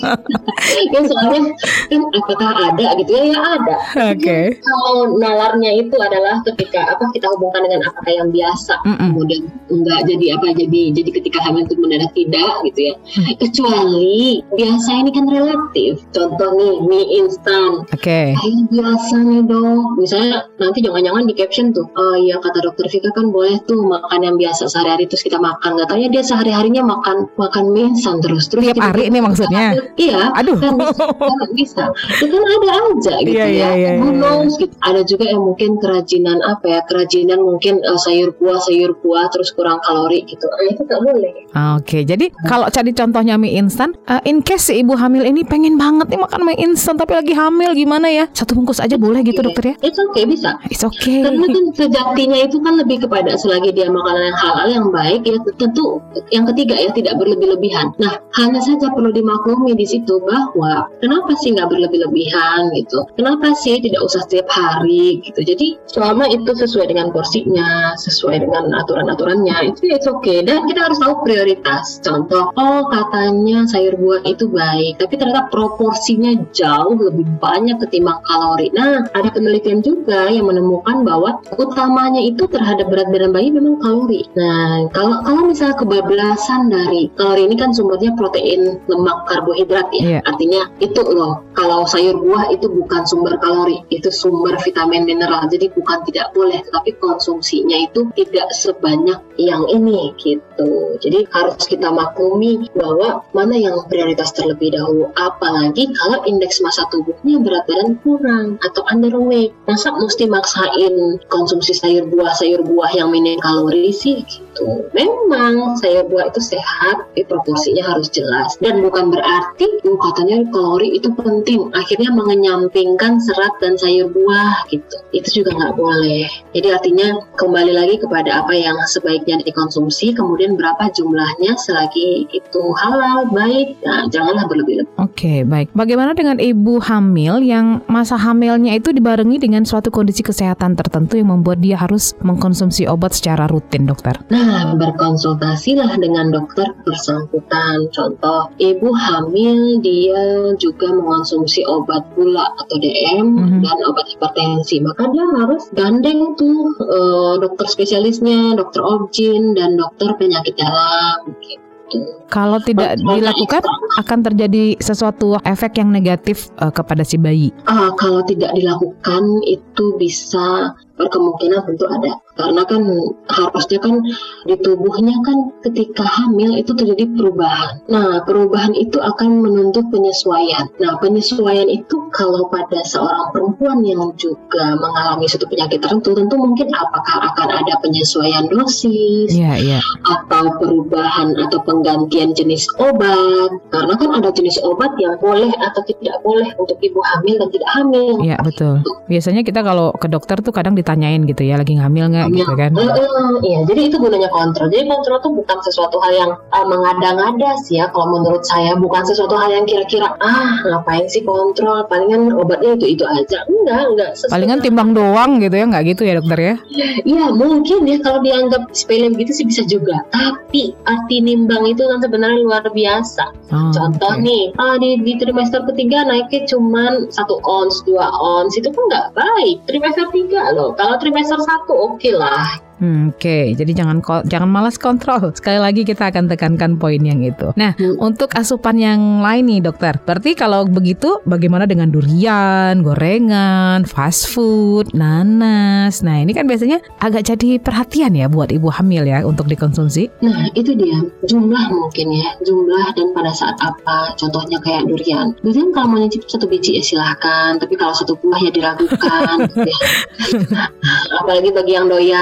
Ya soalnya kan apakah ada gitu ya? Ya ada. Oke. Okay. Kalau nalarnya itu adalah ketika apa kita hubungkan dengan apakah yang biasa, Mm-mm. kemudian enggak jadi apa jadi jadi ketika hamil itu mendadak tidak gitu ya. Mm. Kecuali biasa ini kan relatif. Contoh nih mie instan. Oke. Okay. Kayak biasa nih dok. Misalnya nanti jangan-jangan di caption tuh, oh iya kata dokter Vika kan boleh tuh makan yang biasa sehari-hari terus kita makan. Nggak taunya dia sehari-harinya makan makan mie instan terus terus. Tiap hari ini maksudnya? Iya. Aduh. Kan bisa, kan bisa. Itu kan ada aja gitu yeah, ya. Yeah, yeah, Who knows yeah. gitu. Ada juga yang mungkin kerajinan apa ya? Kerajinan mungkin uh, sayur buah sayur buah terus kurang kalori gitu. Nah, itu nggak boleh. Oke. Okay, jadi hmm. kalau jadi contohnya mie instan, uh, in case si ibu hamil ini pengen banget nih makan mie instan tapi lagi hamil gimana ya? Satu bungkus aja boleh gitu dokter ya? It's okay bisa. It's okay. Karena kan sejatinya itu kan lebih kepada selagi dia makanan yang halal yang baik ya tentu yang ketiga ya tidak berlebih-lebihan. Nah hanya saja perlu dimaklumi di situ bahwa kenapa sih nggak berlebih-lebihan gitu? Kenapa sih tidak usah setiap hari gitu? Jadi selama itu sesuai dengan porsinya, sesuai dengan aturan-aturannya itu it's okay. Dan kita harus tahu prioritas. Contoh, oh katanya sayur buah itu baik, tapi ternyata proporsinya jauh lebih banyak ketimbang kalori. Nah ada penelitian juga yang menemukan bahwa utamanya itu terhadap berat badan bayi memang kalori. Nah, kalau kalau misalnya kebablasan dari kalori ini kan sumbernya protein, lemak, karbohidrat ya. Yeah. Artinya itu loh. Kalau sayur buah itu bukan sumber kalori, itu sumber vitamin mineral. Jadi bukan tidak boleh, tetapi konsumsinya itu tidak sebanyak yang ini gitu. Jadi harus kita maklumi bahwa mana yang prioritas terlebih dahulu. Apalagi kalau indeks massa tubuhnya berat badan kurang atau underweight. Masa mesti maksain konsumsi sayur buah sayur buah yang minim kalori sih gitu. Memang sayur buah itu sehat, tapi proporsinya harus jelas dan bukan berarti oh, katanya kalori itu penting akhirnya mengenyampingkan serat dan sayur buah gitu. Itu juga nggak boleh. Jadi artinya kembali lagi kepada apa yang sebaiknya dikonsumsi, kemudian berapa jumlahnya selagi itu halal baik. Nah, janganlah berlebih-lebih. Oke, okay, baik. Bagaimana dengan ibu hamil yang masa hamilnya itu dibarengi dengan suatu kondisi kesehatan tertentu yang membuat dia harus mengkonsumsi obat secara rutin, dokter? Nah, berkonsultasilah dengan dokter bersangkutan. Contoh, ibu hamil dia juga mengonsumsi obat gula atau D M mm-hmm. dan obat hipertensi. Maka dia harus gandeng tuh uh, dokter spesialisnya, dokter obgyn dan dokter penyakit dalam gitu. Kalau tidak dilakukan akan terjadi sesuatu efek yang negatif uh, kepada si bayi. Uh, kalau tidak dilakukan itu bisa berkemungkinan tentu ada. Karena kan harusnya kan di tubuhnya kan ketika hamil itu terjadi perubahan. Nah perubahan itu akan menuntut penyesuaian. Nah penyesuaian itu kalau pada seorang perempuan yang juga mengalami suatu penyakit tertentu, tentu mungkin apakah akan ada penyesuaian dosis yeah, yeah. atau perubahan atau penggantian jenis obat. Karena kan ada jenis obat yang boleh atau tidak boleh untuk ibu hamil dan tidak hamil. Iya betul. Biasanya kita kalau ke dokter tuh kadang ditanyain gitu ya, lagi hamil nggak gitu kan? Uh, uh, iya, jadi itu gunanya kontrol. Jadi kontrol tuh bukan sesuatu hal yang uh, mengada-ngada sih ya. Kalau menurut saya bukan sesuatu hal yang kira-kira ah ngapain sih kontrol? Palingan obatnya itu itu aja. Enggak, enggak. Palingan timbang doang gitu ya, nggak gitu ya dokter ya? Iya mungkin ya kalau dianggap sepele begitu sih bisa juga. Tapi arti nimbang itu kan sebenarnya luar biasa. Oh, Contoh okay. nih, ah, di, di trimester ketiga naiknya cuma satu ons, dua ons, itu kan nggak baik. Trimester tiga loh. Kalau trimester satu oke okay lah. Hmm, Oke, okay. Jadi jangan jangan malas kontrol. Sekali lagi kita akan tekankan poin yang itu. Nah, hmm. untuk asupan yang lain nih dokter. Berarti kalau begitu bagaimana dengan durian, gorengan, fast food, nanas. Nah ini kan biasanya agak jadi perhatian ya buat ibu hamil ya untuk dikonsumsi. Nah itu dia, jumlah mungkin ya. Jumlah dan pada saat apa. Contohnya kayak durian. Durian kalau mau nyicip satu biji ya silahkan. Tapi kalau satu buah ya diragukan. ya. Apalagi bagi yang doyan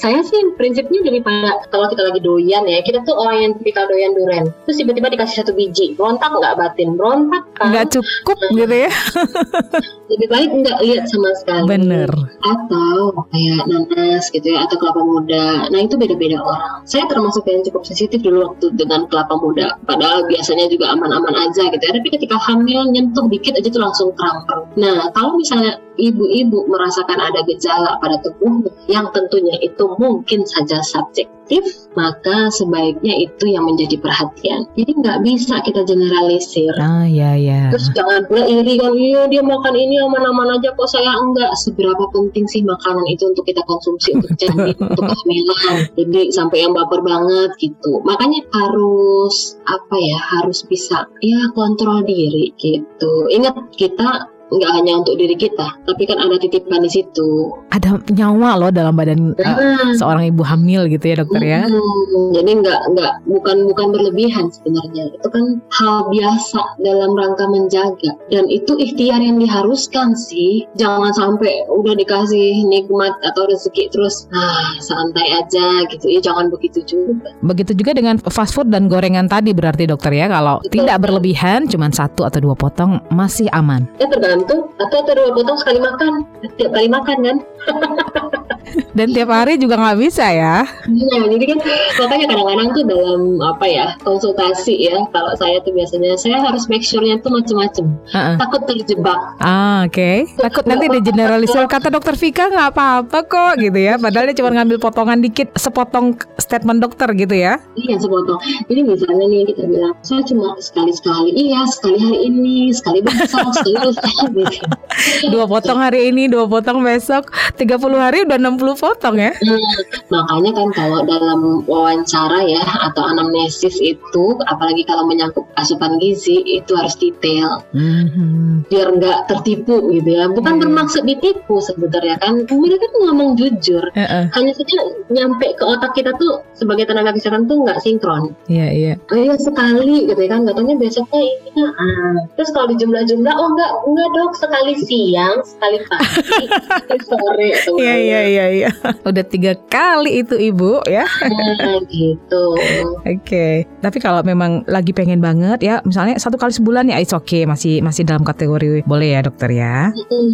Saya sih prinsipnya daripada kalau kita lagi doyan ya, kita tuh orang yang tipikal doyan durian, terus tiba-tiba dikasih satu biji, berontak nggak batin? Berontak kan? Nggak cukup gitu ya? Lebih baik nggak lihat sama sekali. Bener. Atau kayak nanas gitu ya, atau kelapa muda. Nah itu beda-beda orang. Saya termasuk yang cukup sensitif dulu waktu dengan kelapa muda. Padahal biasanya juga aman-aman aja gitu ya. Tapi ketika hamil nyentuh dikit aja tuh langsung kram-kram. Nah kalau misalnya ibu-ibu merasakan ada gejala pada tubuh yang tentunya itu mungkin saja subjektif, maka sebaiknya itu yang menjadi perhatian. Jadi nggak bisa kita generalisir. Ah ya ya. Terus jangan pula iri kan, iya dia makan ini aman-aman aja kok saya enggak. Seberapa penting sih makanan itu untuk kita konsumsi untuk janin, untuk kehamilan. Jadi sampai yang baper banget gitu. Makanya harus apa ya, harus bisa ya kontrol diri gitu. Ingat kita nggak hanya untuk diri kita, tapi kan ada titipan di situ. Ada nyawa loh dalam badan nah, uh, seorang ibu hamil gitu ya dokter ya. Hmm, jadi nggak nggak bukan bukan berlebihan sebenarnya. Itu kan hal biasa dalam rangka menjaga, dan itu ikhtiar yang diharuskan sih. Jangan sampai udah dikasih nikmat atau rezeki terus nah santai aja gitu ya, jangan begitu juga. Begitu juga dengan fast food dan gorengan tadi berarti dokter ya, kalau Betul. tidak berlebihan, cuma satu atau dua potong masih aman. Ya tergantung, atau atau dua potong sekali makan, tiap kali makan kan. Dan tiap hari juga nggak bisa ya. Nah, jadi kan makanya kadang-kadang tuh dalam apa ya konsultasi ya, kalau saya tuh biasanya saya harus make sure-nya tuh macam-macam. Uh-uh. Takut terjebak. Ah, oke. Okay. Takut nanti di generalisir, kata dokter Vika nggak apa-apa kok gitu ya. Padahal dia cuma ngambil potongan dikit, sepotong statement dokter gitu ya. Iya, sepotong. Jadi misalnya nih kita bilang saya cuma sekali-sekali, iya sekali hari ini, sekali besok, sekali besok. Dua potong hari ini, dua potong besok, tiga puluh hari udah enam puluh potong ya. Hmm, makanya kan kalau dalam wawancara ya atau anamnesis itu, apalagi kalau menyangkut asupan gizi, itu harus detail. Mm-hmm. Biar nggak tertipu gitu ya. Bukan mm. bermaksud ditipu sebenarnya kan. Mereka tuh ngomong jujur. Uh-uh. Hanya saja nyampe ke otak kita tuh sebagai tenaga kesehatan tuh nggak sinkron. Iya, yeah, iya. Yeah. Oh iya sekali gitu ya kan. Katanya besoknya ini. Ah. Terus kalau dijumlah-jumlah, oh enggak, enggak dok, sekali siang, sekali pagi, sekali sore. Iya, iya, iya, iya. Udah tiga kali itu ibu ya. Nah, gitu. Oke. Okay. Tapi kalau memang lagi pengen banget ya, misalnya satu kali sebulan ya, it's okay, masih masih dalam kategori boleh ya dokter ya.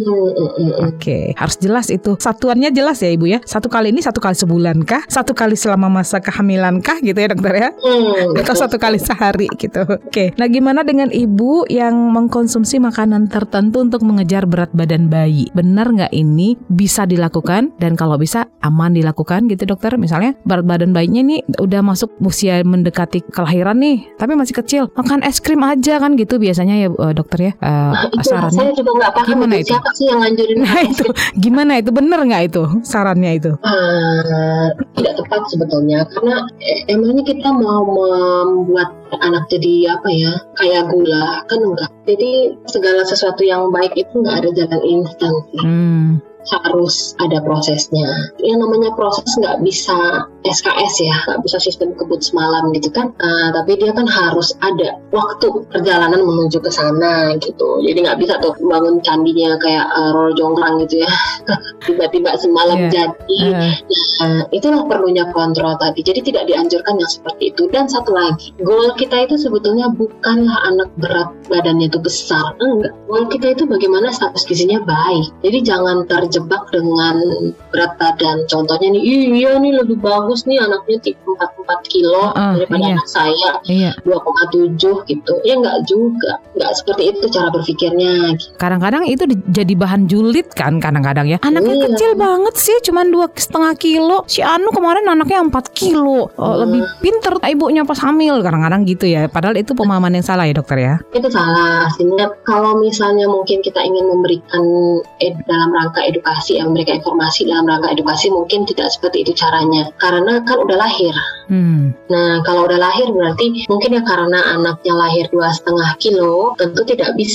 Oke. Okay. Harus jelas itu satuannya jelas ya ibu ya. Satu kali ini satu kali sebulan kah? Satu kali selama masa kehamilan kah gitu ya dokter ya? Hmm, Atau satu kali sehari gitu. Oke. Okay. Nah gimana dengan ibu yang mengkonsumsi makanan tertentu untuk mengejar berat badan bayi? Benar nggak ini bisa dilakukan? Dan kalau bisa aman dilakukan gitu dokter. Misalnya berat badan bayinya nih udah masuk usia mendekati kelahiran nih, tapi masih kecil, makan es krim aja kan gitu biasanya ya dokter ya. Uh, itu sarannya saya juga nggak paham gimana itu, siapa sih yang nganjurin nah itu gimana itu, bener nggak itu sarannya itu? Uh, tidak tepat sebetulnya, karena eh, emangnya kita mau membuat anak jadi apa ya kayak gula kan enggak. Jadi segala sesuatu yang baik itu nggak ada jalan instan sih. Hmm. Harus ada prosesnya. Yang namanya proses nggak bisa S K S ya, nggak bisa sistem kebut semalam gitu kan. Uh, tapi dia kan harus ada waktu perjalanan menuju ke sana gitu. Jadi nggak bisa tuh bangun candinya kayak uh, Roro Jonggrang gitu ya. Tiba-tiba semalam yeah. jadi. Uh. Nah, itulah perlunya kontrol tadi. Jadi tidak dianjurkan yang seperti itu. Dan satu lagi, goal kita itu sebetulnya bukanlah anak berat badannya itu besar. Enggak. Goal kita itu bagaimana status gizinya baik. Jadi jangan ter jebak dengan berat badan. Contohnya nih, iya nih lebih bagus nih anaknya empat puluh empat kilo uh, daripada iya. anak saya iya. dua koma tujuh gitu. Ya enggak juga. Enggak seperti itu cara berpikirnya. Gitu. Kadang-kadang itu jadi bahan julid kan kadang-kadang ya. Anaknya iya. kecil banget sih, cuman dua setengah kilo. Si Anu kemarin anaknya empat kilo. Oh, hmm. Lebih pinter ibunya pas hamil. Kadang-kadang gitu ya. Padahal itu pemahaman yang salah ya dokter ya. Itu salah. Sehingga kalau misalnya mungkin kita ingin memberikan ed- dalam rangka edukasi edukasi, yang memberikan informasi dalam rangka edukasi, mungkin tidak seperti itu caranya, karena kan udah lahir. Hmm. Nah kalau udah lahir berarti mungkin ya karena anaknya lahir dua setengah kilo, tentu tidak bisa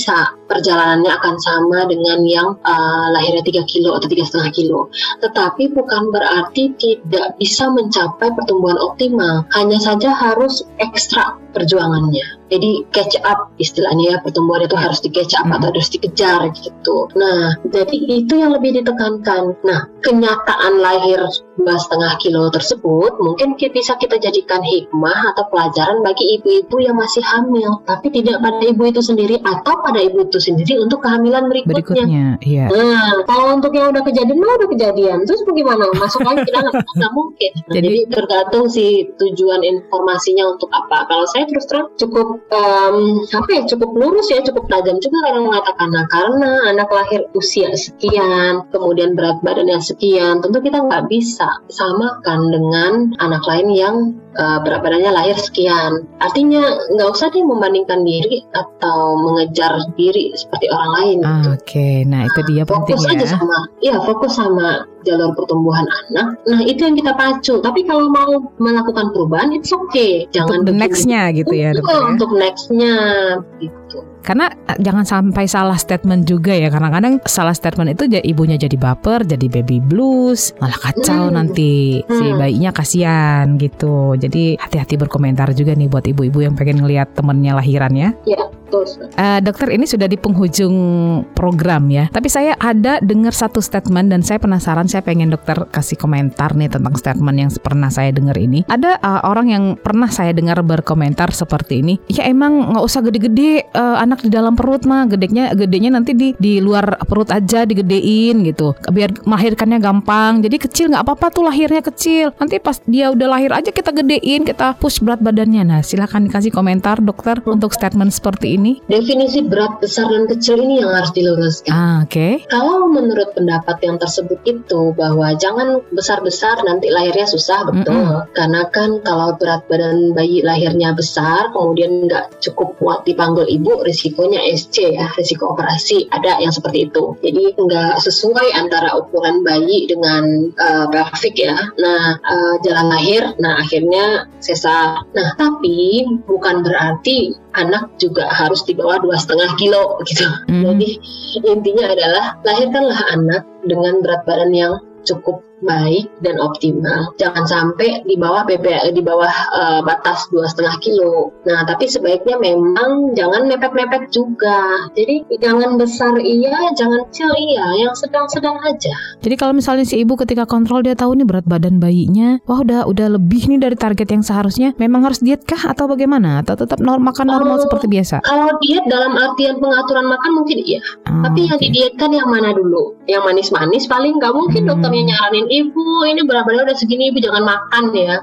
perjalanannya akan sama dengan yang uh, lahirnya tiga kilo atau tiga setengah kilo. Tetapi bukan berarti tidak bisa mencapai pertumbuhan optimal. Hanya saja harus ekstra perjuangannya. Jadi catch up istilahnya ya, pertumbuhan itu harus di catch up hmm. atau harus dikejar gitu. Nah, jadi itu yang lebih ditekankan. Nah, kenyataan lahir dua setengah kilo tersebut mungkin bisa kita jadikan hikmah atau pelajaran bagi ibu-ibu yang masih hamil, tapi tidak pada ibu itu sendiri atau pada ibu itu sendiri untuk kehamilan berikutnya. Berikutnya, iya. Nah, kalau untuk yang udah kejadian, nah udah kejadian, terus bagaimana? Masuk lagi kita nggak mungkin. Nah, jadi, jadi tergantung sih tujuan informasinya untuk apa. Kalau saya terus terang cukup um, apa ya, cukup lurus ya, cukup tajam juga karena mengatakan, nah karena anak lahir usia sekian, kemudian berat badannya sekian, tentu kita nggak bisa samakan dengan anak lain yang uh, berat badannya lahir sekian. Artinya nggak usah deh membandingkan diri atau mengejar diri seperti orang lain. Ah, gitu. Oke, okay. Nah itu dia penting fokus ya. aja sama, ya fokus sama jalur pertumbuhan anak. Nah itu yang kita pacu. Tapi kalau mau melakukan perubahan, it's okay. Jangan untuk next-nya gitu ya, untuk, dokter ya? Untuk next-nya gitu. Karena jangan sampai salah statement juga ya. Kadang-kadang salah statement itu ibunya jadi baper, jadi baby blues, malah kacau hmm. nanti hmm. si bayinya kasihan gitu. Jadi hati-hati berkomentar juga nih buat ibu-ibu yang pengen ngelihat temennya lahiran ya. Iya. Uh, dokter, ini sudah di penghujung program ya. Tapi saya ada dengar satu statement dan saya penasaran, saya pengen dokter kasih komentar nih tentang statement yang pernah saya dengar ini. Ada uh, orang yang pernah saya dengar berkomentar seperti ini. Ya emang nggak usah gede-gede uh, anak di dalam perut mah, gedenya gedenya nanti di di luar perut aja digedein gitu. Biar melahirkannya gampang. Jadi kecil nggak apa-apa tuh lahirnya kecil. Nanti pas dia udah lahir aja kita gedein, kita push berat badannya. Nah silakan dikasih komentar dokter untuk statement seperti ini. Ini? Definisi berat, besar, dan kecil ini yang harus diluruskan. Ah, oke. Okay. Kalau menurut pendapat yang tersebut itu bahwa jangan besar-besar nanti lahirnya susah, betul. Mm-hmm. Karena kan kalau berat badan bayi lahirnya besar, kemudian nggak cukup kuat dipanggul ibu, risikonya S C ya, risiko operasi ada yang seperti itu. Jadi nggak sesuai antara ukuran bayi dengan uh, pelvik ya. Nah, uh, jalan lahir, nah akhirnya sesar. Nah, tapi bukan berarti anak juga harus di bawah dua setengah kilo gitu. Mm. Jadi intinya adalah lahirkanlah anak dengan berat badan yang cukup baik dan optimal. Jangan sampai di bawah B B di bawah uh, batas dua setengah kilo. Nah, tapi sebaiknya memang jangan mepet-mepet juga. Jadi jangan besar iya, jangan kecil iya, yang sedang-sedang aja. Jadi kalau misalnya si ibu ketika kontrol dia tahu nih berat badan bayinya, wah udah udah lebih nih dari target yang seharusnya, memang harus diet kah atau bagaimana? Atau tetap norm, makan normal uh, seperti biasa? Kalau diet dalam artian pengaturan makan mungkin iya. Oh, tapi yang okay. didietkan yang mana dulu? Yang manis-manis paling nggak mungkin hmm. dokternya nyaranin ibu ini berat badan udah segini, ibu jangan makan ya.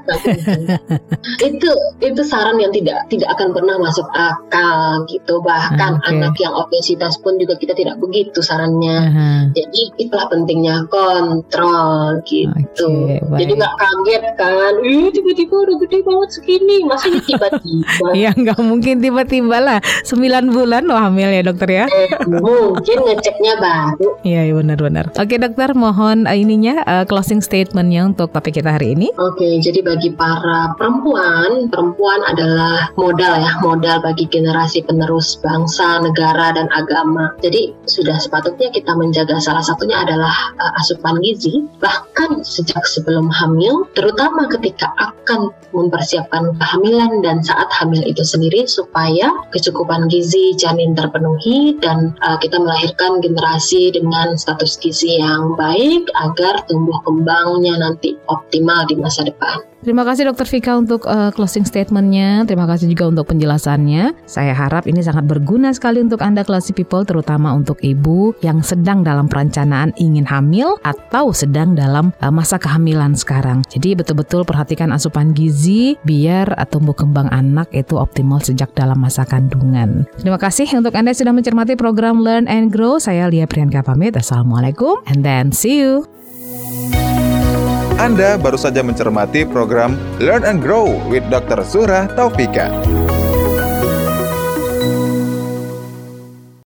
itu itu saran yang tidak tidak akan pernah masuk akal gitu. Bahkan okay. anak yang obesitas pun juga kita tidak begitu sarannya. Uh-huh. Jadi itulah pentingnya kontrol gitu. Okay, jadi nggak kaget kan, ih tiba-tiba udah gede banget segini, masih tiba-tiba. Ya nggak mungkin tiba-tiba lah, sembilan bulan loh hamil ya dokter ya. Eh, mungkin ngeceknya baru. Iya benar-benar. Oke dokter, mohon uh, ininya uh, closing statementnya untuk topik kita hari ini. Oke, jadi bagi para perempuan, perempuan adalah modal ya, modal bagi generasi penerus bangsa, negara, dan agama. Jadi sudah sepatutnya kita menjaga, salah satunya adalah uh, asupan gizi, bahkan sejak sebelum hamil, terutama ketika akan mempersiapkan kehamilan dan saat hamil itu sendiri, supaya kecukupan gizi janin terpenuhi dan uh, kita melahirkan generasi dengan status gizi yang baik agar tumbuh kembangnya nanti optimal di masa depan. Terima kasih Dokter Vika untuk uh, closing statementnya. Terima kasih juga untuk penjelasannya. Saya harap ini sangat berguna sekali untuk Anda Classy People, terutama untuk ibu yang sedang dalam perencanaan ingin hamil atau sedang dalam uh, masa kehamilan sekarang. Jadi betul-betul perhatikan asupan gizi biar uh, tumbuh kembang anak itu optimal sejak dalam masa kandungan. Terima kasih untuk Anda yang sudah mencermati program Learn and Grow. Saya Lia Priyanka pamit. Assalamualaikum and then see you. Anda baru saja mencermati program Learn and Grow with dokter Zuhra Taufika.